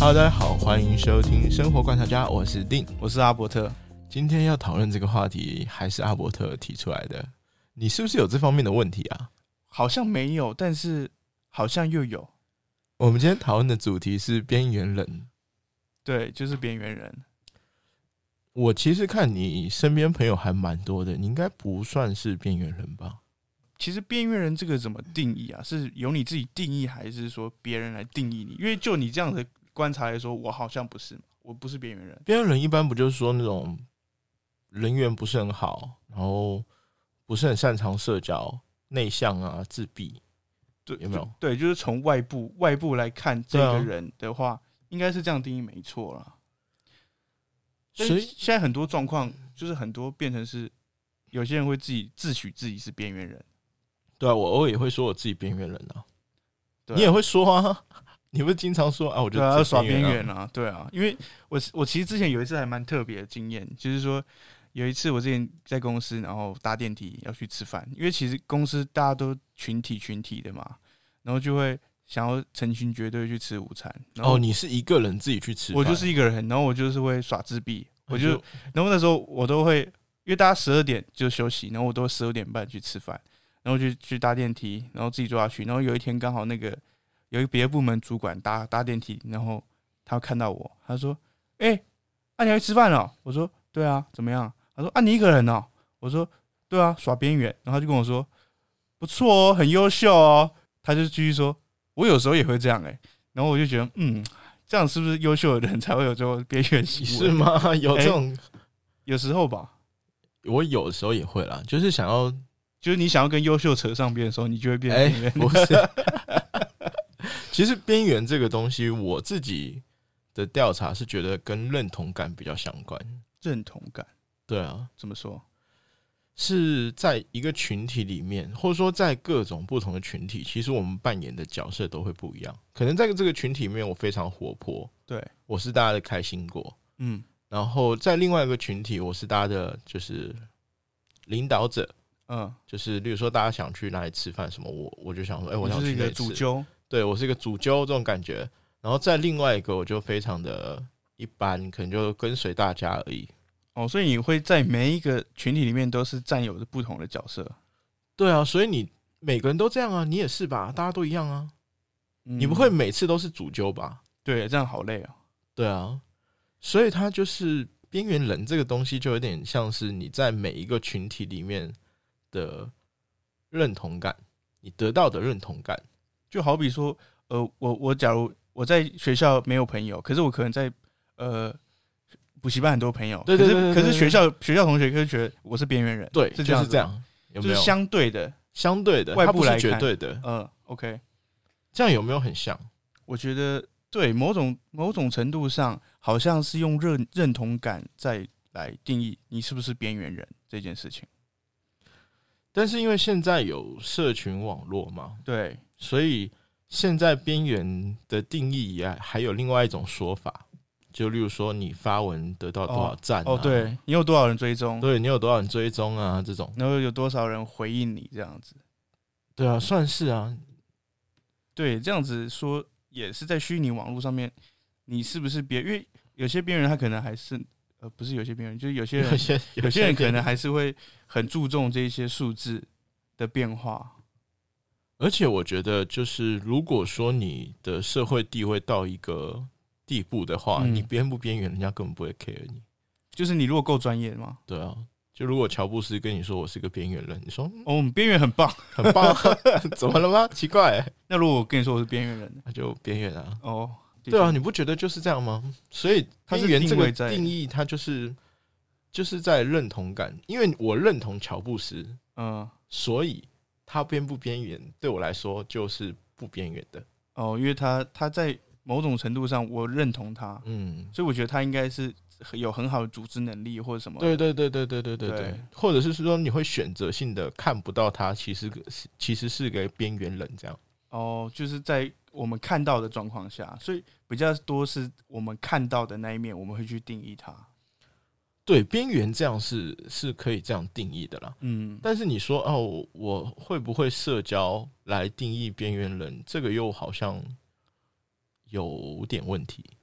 Hello， 大家好，欢迎收听生活观察家，我是丁， 我是阿伯特。 今天要讨论这个话题，还是阿伯特提出来的。你是不是有这方面的问题啊？ 好像没有，但是好像又有。 我们今天讨论的主题是边缘人。 对，就是边缘人。 我其实看你身边朋友还蛮多的，你应该不算是边缘人吧？ 其实边缘人这个怎么定义啊？是由你自己定义，还是说别人来定义你？因为就你这样的观察来说，我好像不是，我不是边缘人。 边缘人一般不就是说那种人缘不是很好，然后不是很擅长社交、内向啊、自闭， 对， 有没有？ 对，就是从外部来看这个人的话，应该是这样定义没错啦。所以现在很多状况就是很多变成是有些人会自己自诩自己是边缘人。 对啊，我偶尔也会说我自己边缘人啊， 对啊， 你也会说啊，你不是经常说啊？我就对啊，要耍边缘啊，对啊，因为我其实之前有一次还蛮特别的经验，就是说有一次我之前在公司，然后搭电梯要去吃饭，因为其实公司大家都群体的嘛，然后就会想要成群结队去吃午餐。然后你是一个人自己去吃饭？ 我就是一个人，然后我就是会耍自闭，然后那时候我都会，因为大家12点就休息，然后我都12点半去吃饭，然后就去搭电梯，然后自己坐下去，然后有一天刚好那个有一个别的部门主管搭电梯，然后他看到我，他说：“你要去吃饭了？”我说：“对啊，怎么样？”他说：“你一个人哦？”我说：“对啊，耍边缘。”然后他就跟我说：“不错哦，很优秀哦。”他就继续说：“我有时候也会这样然后我就觉得，这样是不是优秀的人才会有这种边缘行为？ 是吗？有这种， 有时候吧。 我有时候也会啦，就是想要， 就是你想要跟优秀扯上边的时候，你就会变边缘。 不是。其实边缘这个东西，我自己的调查是觉得跟认同感比较相关。 认同感， 对啊， 怎么说？ 是在一个群体里面，或者说在各种不同的群体，其实我们扮演的角色都会不一样。可能在这个群体里面，我非常活泼， 对， 我是大家的开心果，然后在另外一个群体，我是大家的就是领导者，就是例如说大家想去哪里吃饭什么，我就想说，我想去那里吃， 就是一个主揪， 对，我是一个主揪这种感觉。然后在另外一个，我就非常的一般，可能就跟随大家而已。 所以你会在每一个群体里面都是占有着不同的角色。 对啊，所以你每个人都这样啊，你也是吧？大家都一样啊，你不会每次都是主揪吧？ 对，这样好累啊。 对啊，所以他就是边缘人这个东西，就有点像是你在每一个群体里面的认同感，你得到的认同感， 就好比说，我假如我在学校没有朋友，可是我可能在补习班很多朋友， 对， 可是学校同学就觉得我是边缘人， 对， 是这样就是这样，有没有？ 就是相对的， 外部来看，它不是绝看对的。 OK， 这样有没有很像？ 我觉得对某种程度上，好像是用认同感再来定义你是不是边缘人这件事情。 但是因为现在有社群网络嘛， 对， 所以现在边缘的定义还有另外一种说法，就例如说你发文得到多少赞对，你有多少人追踪， 对，你有多少人追踪啊，这种， 然后有多少人回应你这样子。 对啊，算是啊。 对，这样子说也是在虚拟网络上面，你是不是因为有些边缘人他可能还是不是有些边缘人，就是有些人可能还是会很注重这些数字的变化。 而且我觉得，就是如果说你的社会地位到一个地步的话，你边不边缘，人家根本不会 care 你。 就是你如果够专业嘛。 对啊，就如果乔布斯跟你说我是个边缘人，你说我们边缘很棒， 很棒，怎么了吗？奇怪那如果我跟你说我是边缘人， 那就边缘啊。 对啊，你不觉得就是这样吗？所以边缘这个定义，它就是在认同感，因为我认同乔布斯，所以他边不边缘，对我来说就是不边缘的。 因为他在某种程度上我认同他，所以我觉得他应该是有很好的组织能力或者什么。 对，或者是说你会选择性的看不到他，其实是个边缘人这样。 就是在我们看到的状况下，所以比较多是我们看到的那一面，我们会去定义它。 对，边缘这样是可以这样定义的啦。但是你说我会不会社交来定义边缘人，这个又好像有点问题。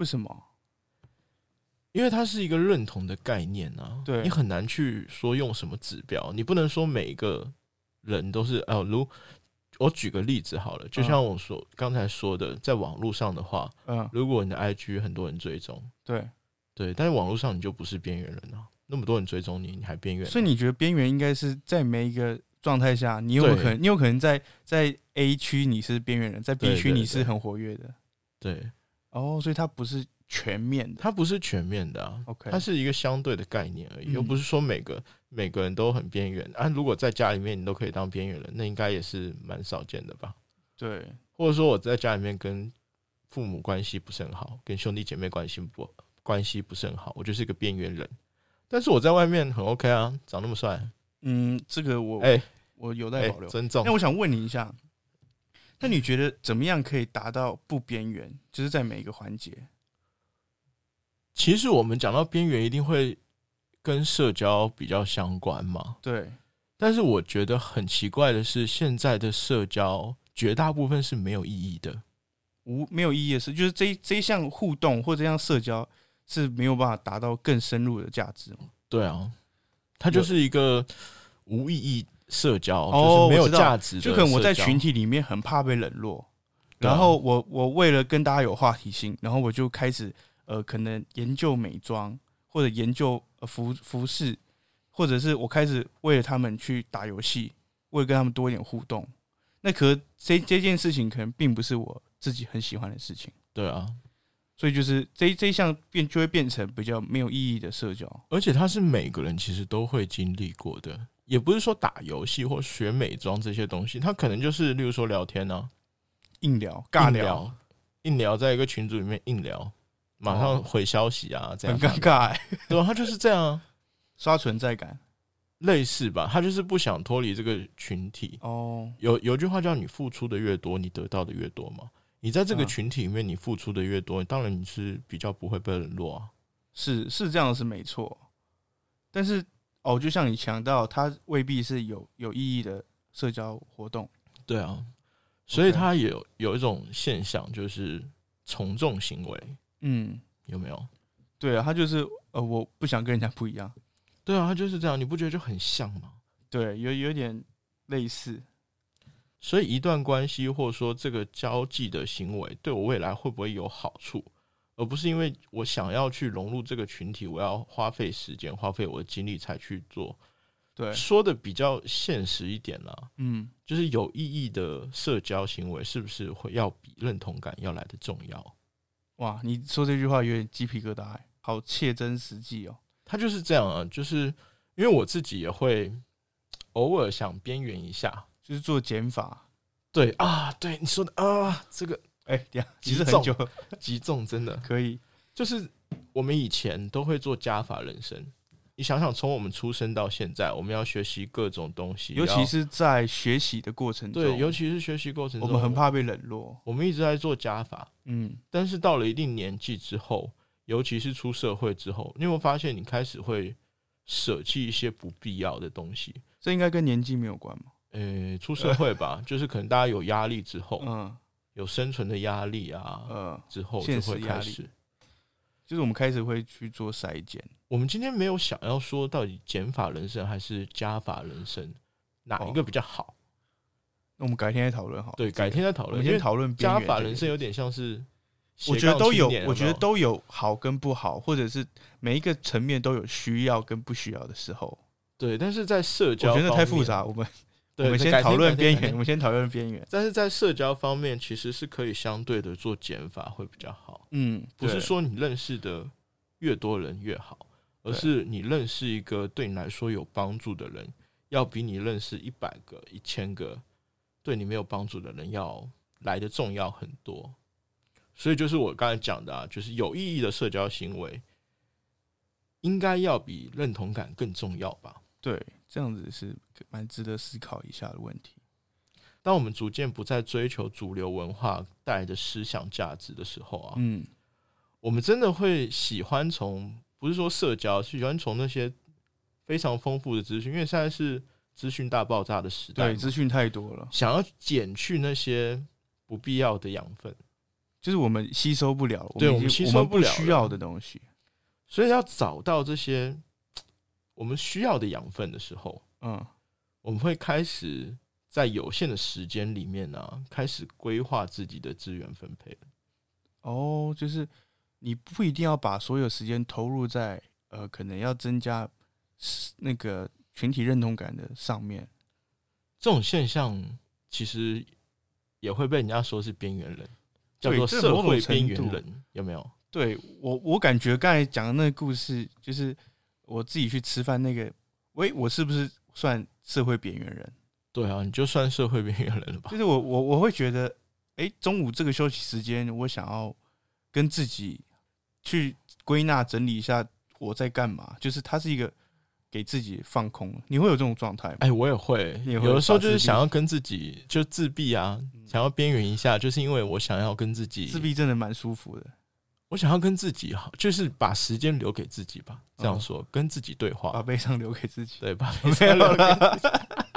为什么？ 因为它是一个认同的概念啊， 对， 你很难去说用什么指标，你不能说每一个人都是我举个例子好了，就像我刚才说的，在网络上的话，如果你的 IG 很多人追踪，对，但是网络上你就不是边缘人啊，那么多人追踪你，你还边缘？ 所以你觉得边缘应该是在每一个状态下，你有可能在 A 区你是边缘人，在 B 区你是很活跃的， 对， 所以它不是全面的， 它不是全面的啊 ，OK， 它是一个相对的概念而已，又不是说每个人都很边缘啊。如果在家里面你都可以当边缘人，那应该也是蛮少见的吧？ 对， 或者说我在家里面跟父母关系不是很好，跟兄弟姐妹关系不是很好，我就是一个边缘人。但是我在外面很 OK 啊，长那么帅， 这个我有待保留， 尊重。 那我想问你一下，那你觉得怎么样可以达到不边缘？就是在每一个环节。 其实我们讲到边缘，一定会跟社交比较相关嘛。 对。 但是我觉得很奇怪的是，现在的社交绝大部分是没有意义的。 没有意义的是，就是这一项互动或这项社交是没有办法达到更深入的价值吗？ 对啊，它就是一个无意义社交，就是没有价值的社交。 就可能我在群体里面很怕被冷落，然后我为了跟大家有话题性，然后我就开始可能研究美妆，或者研究服饰，或者是我开始为了他们去打游戏，为了跟他们多一点互动。那可是这件事情可能并不是我自己很喜欢的事情。 对啊， 所以就是这一项就会变成比较没有意义的社交， 而且它是每个人其实都会经历过的，也不是说打游戏或学美妆这些东西，它可能就是例如说聊天啊， 硬聊、尬聊、 硬聊，在一个群组里面硬聊，马上回消息啊，这样很尴尬对啊，他就是这样啊， 刷存在感， 类似吧，他就是不想脱离这个群体。有句话叫你付出的越多，你得到的越多嘛。你在这个群体里面，你付出的越多，当然你是比较不会被冷落啊。 是这样是没错，但是就像你强调，它未必是有意义的社交活动。 对啊，所以它也有一种现象，就是从众行为。有没有？ 对啊，他就是我不想跟人家不一样。 对啊，他就是这样，你不觉得就很像吗？ 对，有点类似。 所以一段关系或者说这个交际的行为对我未来会不会有好处，而不是因为我想要去融入这个群体，我要花费时间花费我的精力才去做。 对， 说的比较现实一点啦，就是有意义的社交行为是不是会要比认同感要来的重要？ 哇，你说这句话有点鸡皮疙瘩，好切真实际哦。 他就是这样啊，就是因为我自己也会偶尔想边缘一下， 就是做减法。 对啊，对你说的啊，这个其实很久击中，真的可以。 就是我们以前都会做加法人生，你想想，从我们出生到现在，我们要学习各种东西， 尤其是在学习的过程中， 对，尤其是学习过程中， 我们很怕被冷落， 我们一直在做加法，但是到了一定年纪之后，尤其是出社会之后，你有没有发现你开始会舍弃一些不必要的东西？ 这应该跟年纪没有关吗？ 出社会吧，就是可能大家有压力之后，有生存的压力啊，之后就会开始， 就是我们开始会去做筛减。 我们今天没有想要说到底减法人生还是加法人生哪一个比较好， 那我们改天再讨论好。 对，改天再讨论。 我们先讨论加法人生有点像是， 我觉得都有，我觉得都有好跟不好，或者是每一个层面都有需要跟不需要的时候。 对，但是在社交方面， 我觉得太复杂，我们先讨论边缘。我们先讨论边缘。 但是在社交方面，其实是可以相对的做减法会比较好。不是说你认识的越多人越好，而是你认识一个对你来说有帮助的人，要比你认识100个、1000个对你没有帮助的人要来的重要很多。所以就是我刚才讲的就是有意义的社交行为，应该要比认同感更重要吧？ 对，这样子是蛮值得思考一下的问题。 当我们逐渐不再追求主流文化带来的思想价值的时候我们真的会喜欢从，不是说社交，是喜欢从那些非常丰富的资讯，因为现在是资讯大爆炸的时代， 对，资讯太多了， 想要减去那些不必要的养分， 就是我们吸收不了， 对，我们吸收不了需要的东西， 所以要找到这些我们需要的养分的时候，我们会开始在有限的时间里面啊，开始规划自己的资源分配。 哦，就是你不一定要把所有时间投入在可能要增加那个群体认同感的上面。 这种现象其实也会被人家说是边缘人，叫做社会边缘人，有没有？ 对，我感觉刚才讲的那个故事，就是我自己去吃饭那个，我是不是算社会边缘人？ 对啊，你就算社会边缘人了吧？ 就是我会觉得，中午这个休息时间，我想要跟自己去归纳整理一下我在干嘛，就是它是一个给自己放空。你会有这种状态吗？ 我也会，有的时候就是想要跟自己就自闭啊，想要边缘一下，就是因为我想要跟自己自闭，真的蛮舒服的。 我想要跟自己好，就是把时间留给自己吧。这样说，跟自己对话， 把悲伤留给自己。 对，把悲伤留给自己。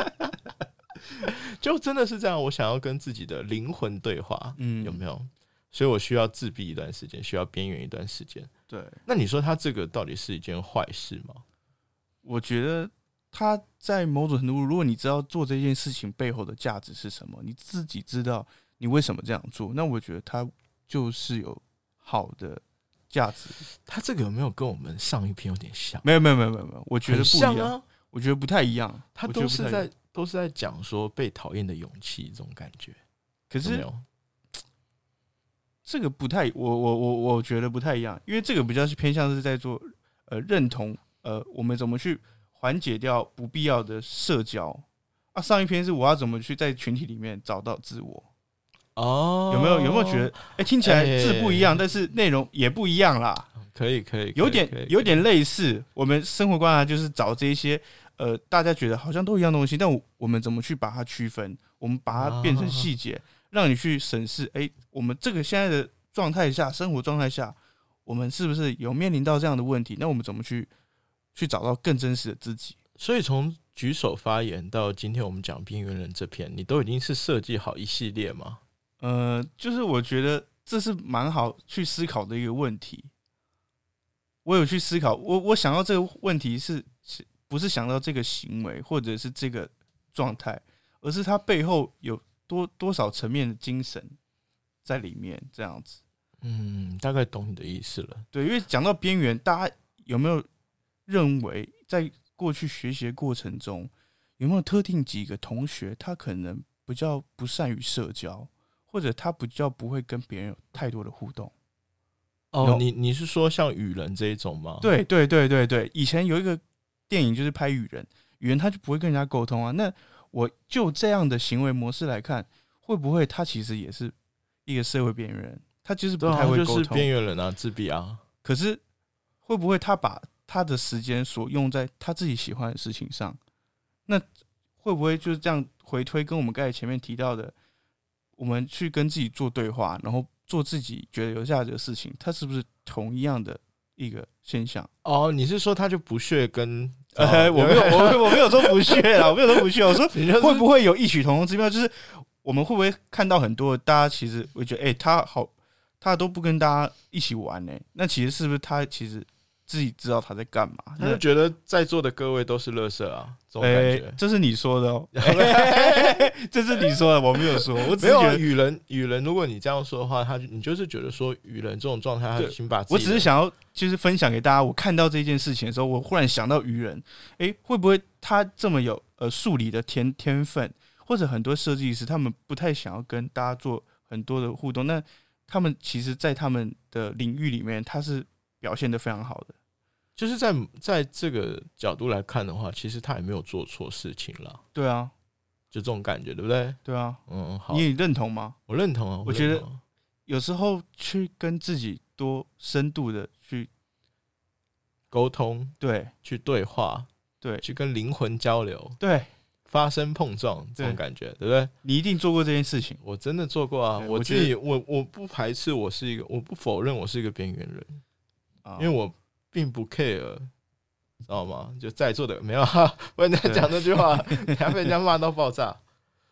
就真的是这样，我想要跟自己的灵魂对话，有没有？所以我需要自闭一段时间，需要边缘一段时间。 对， 那你说他这个到底是一件坏事吗？ 我觉得他在某种程度，如果你知道做这件事情背后的价值是什么，你自己知道你为什么这样做，那我觉得他就是有好的价值。 他这个有没有跟我们上一篇有点像？ 没有，我觉得不一样啊， 我觉得不太一样。 他都是在讲说被讨厌的勇气这种感觉。 可是有没有这个不太，我觉得不太一样，因为这个比较是偏向是在做认同，我们怎么去缓解掉不必要的社交啊？上一篇是我要怎么去在群体里面找到自我。 哦， 有没有觉得听起来字不一样，但是内容也不一样啦？ 可以， 有点类似。我们生活观察就是找这些大家觉得好像都一样东西，但我们怎么去把它区分？我们把它变成细节，让你去审视。我们这个现在的状态下，生活状态下，我们是不是有面临到这样的问题？那我们怎么去找到更真实的自己？ 所以从举手发言到今天我们讲边缘人这篇，你都已经是设计好一系列吗？ 就是我觉得这是蛮好去思考的一个问题。我有去思考，我想到这个问题是不是想到这个行为或者是这个状态，而是它背后有多少层面的精神在里面，这样子。 大概懂你的意思了。 对，因为讲到边缘，大家有没有认为在过去学习的过程中，有没有特定几个同学，他可能比较不善于社交，或者他比较不会跟别人有太多的互动？ 你是说像雨人这一种吗？ 对，以前有一个电影就是拍雨人他就不会跟人家沟通啊。那我就这样的行为模式来看，会不会他其实也是一个社会边缘人？他就是不太会沟通， 就是边缘人啊，自闭啊。 可是会不会他把他的时间所用在他自己喜欢的事情上？那会不会就是这样回推跟我们刚才前面提到的，我们去跟自己做对话，然后做自己觉得有价值的事情，它是不是同一样的一个现象？ 你是说他就不屑跟？ 我没有说不屑啦，我没有说不屑。我说会不会有异曲同工之妙？就是我们会不会看到很多大家其实会觉得，他都不跟大家一起玩呢？那其实是不是他其实自己知道他在干嘛？ 他就觉得在座的各位都是垃圾啊，这种感觉。 这是你说的哦，这是你说的，我没有说。我只是觉得雨人，如果你这样说的话，你就是觉得说雨人这种状态，他已经把自己。 我只是想要就是分享给大家，我看到这件事情的时候，我忽然想到雨人，会不会他这么有数理的天分，或者很多设计师他们不太想要跟大家做很多的互动，那他们其实在他们的领域里面，他是表现得非常好的。 就是在这个角度来看的话，其实他也没有做错事情啦。 对啊， 就这种感觉，对不对？ 对啊， 好， 你也认同吗？ 我认同啊， 我觉得有时候去跟自己多深度的去沟通， 对， 去对话， 对， 去跟灵魂交流， 对， 发生碰撞，这种感觉，对不对？ 你一定做过这件事情， 我真的做过啊。我自己，我不排斥我不否认我是一个边缘人因为我并不 care， 知道吗？就在座的没有不能讲这句话，还被人家骂到爆炸。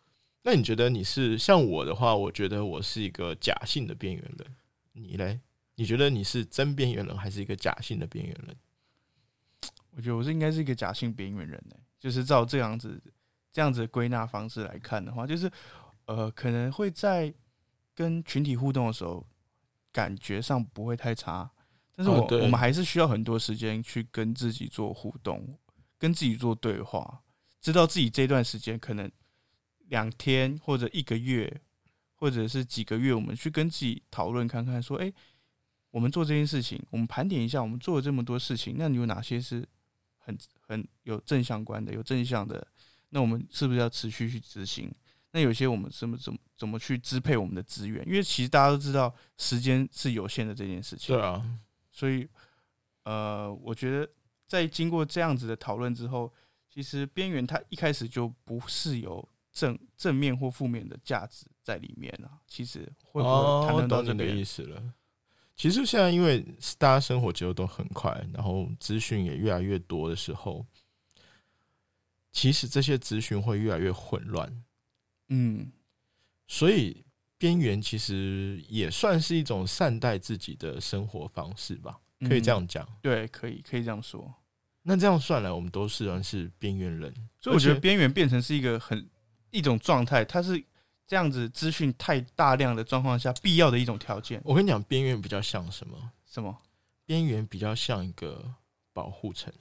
那你觉得你是像我的话，我觉得我是一个假性的边缘人，你嘞？你觉得你是真边缘人还是一个假性的边缘人？ 我觉得我应该是一个假性边缘人就是照这样子的归纳方式来看的话，就是可能会在跟群体互动的时候，感觉上不会太差，但是我们还是需要很多时间去跟自己做互动，跟自己做对话，知道自己这段时间可能2天或者1个月，或者是几个月，我们去跟自己讨论看看，说，我们做这件事情，我们盘点一下，我们做了这么多事情，那你有哪些是很有正相关的、有正向的？那我们是不是要持续去执行？那有些我们怎么去支配我们的资源？因为其实大家都知道时间是有限的这件事情。 对啊， 所以我觉得在经过这样子的讨论之后，其实边缘它一开始就不是有正面或负面的价值在里面啊。其实会不会谈论到这边？ 我懂你的意思了。其实现在因为大家生活节奏都很快，然后资讯也越来越多的时候，其实这些资讯会越来越混乱。所以边缘其实也算是一种善待自己的生活方式吧，可以这样讲。 对，可以这样说。 那这样算来，我们都算是边缘人。 所以我觉得边缘变成是一种状态，它是这样子资讯太大量的状况下必要的一种条件。 我跟你讲，边缘比较像什么？ 什么？ 边缘比较像一个保护层。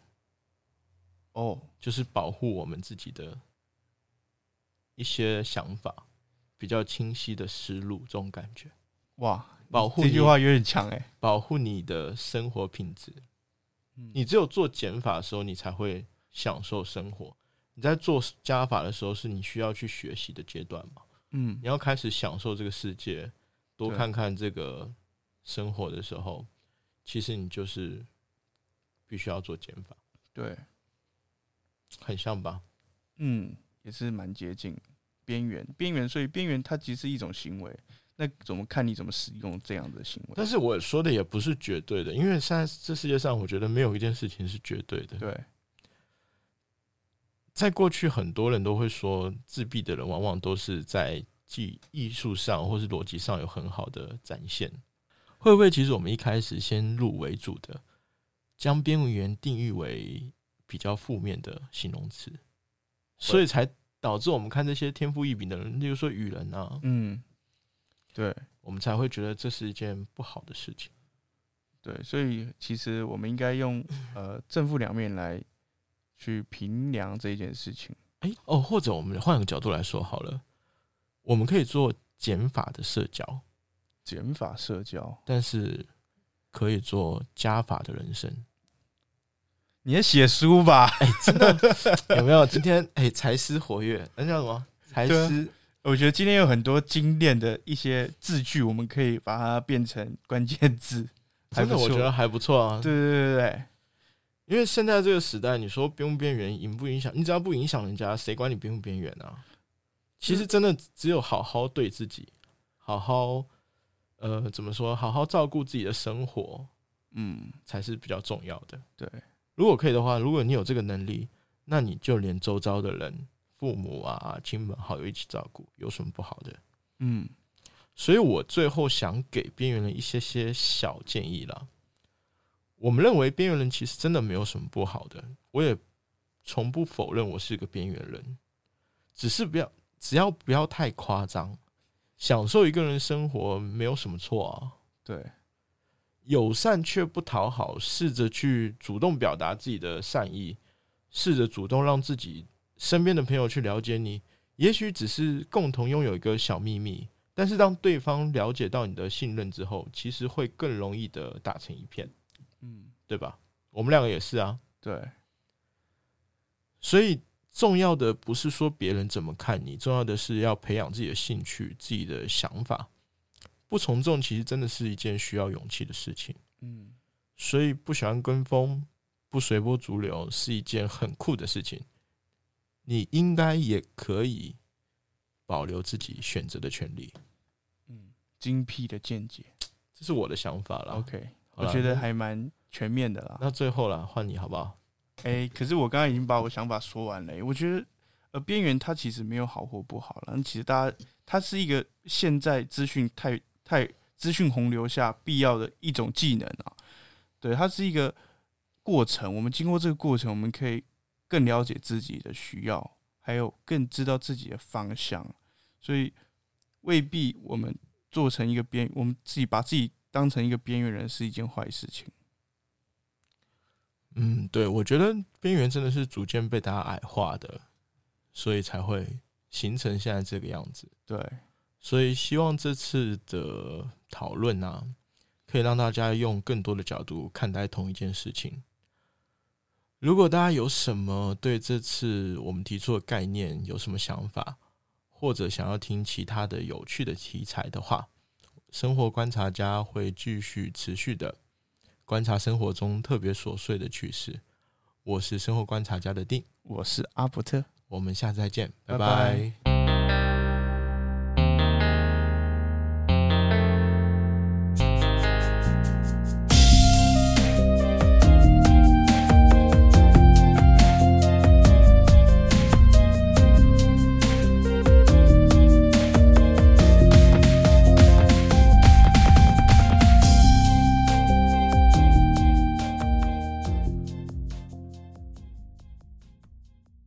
就是保护我们自己的一些想法，比较清晰的思路，这种感觉。 哇， 保护这句话有点强保护你的生活品质。你只有做减法的时候，你才会享受生活。你在做加法的时候，是你需要去学习的阶段嘛？你要开始享受这个世界，多看看这个生活的时候，其实你就是必须要做减法。 对， 很像吧？ 也是蛮接近边缘，所以边缘它其实是一种行为。那怎么看你怎么使用这样的行为？ 但是我说的也不是绝对的，因为现在这世界上，我觉得没有一件事情是绝对的。 对， 在过去，很多人都会说，自闭的人往往都是在艺术上或是逻辑上有很好的展现。会不会其实我们一开始先入为主的，将边缘定义为比较负面的形容词，所以才导致我们看这些天赋异禀的人，例如说语人啊， 对， 我们才会觉得这是一件不好的事情。 对，所以其实我们应该用正负两面来去评量这件事情。 或者我们换个角度来说好了，我们可以做减法的社交，但是可以做加法的人生。 你在写书吧？ 真的有没有？今天才思活跃，那叫什么？才思。 我觉得今天有很多精炼的一些字句，我们可以把它变成关键字。 真的，我觉得还不错啊。 对， 因为现在这个时代，你说边不边缘，影不影响？你只要不影响人家，谁管你边不边缘啊？其实真的只有好好对自己，好好怎么说？好好照顾自己的生活，才是比较重要的。 对， 如果可以的话，如果你有这个能力，那你就连周遭的人。父母啊，亲朋好友一起照顾，有什么不好的？所以我最后想给边缘人一些小建议啦。我们认为边缘人其实真的没有什么不好的，我也从不否认我是个边缘人，只要不要太夸张，享受一个人生活没有什么错啊。 对， 友善却不讨好，试着去主动表达自己的善意，试着主动让自己身边的朋友去了解你，也许只是共同拥有一个小秘密，但是当对方了解到你的信任之后，其实会更容易的打成一片，对吧？我们两个也是啊， 对。 所以重要的不是说别人怎么看你，重要的是要培养自己的兴趣、自己的想法。不从众其实真的是一件需要勇气的事情，所以不喜欢跟风，不随波逐流是一件很酷的事情。你应该也可以保留自己选择的权利。 精辟的见解， 这是我的想法啦。 OK， 我觉得还蛮全面的啦。 那最后啦，换你好不好？ 可是我刚刚已经把我想法说完了。我觉得， 边缘它其实没有好或不好了，其实它是一个现在资讯资讯洪流下必要的一种技能啊。对，它是一个过程，我们经过这个过程，我们可以更了解自己的需要，还有更知道自己的方向。所以未必我们做成一个我们自己把自己当成一个边缘人是一件坏事情。 对，我觉得边缘真的是逐渐被大家矮化的，所以才会形成现在这个样子。 对， 所以希望这次的讨论啊，可以让大家用更多的角度看待同一件事情。如果大家有什么对这次我们提出的概念有什么想法，或者想要听其他的有趣的题材的话，生活观察家会继续持续的观察生活中特别琐碎的趣事。我是生活观察家的丁， 我是阿伯特， 我们下次再见，拜拜。 拜拜。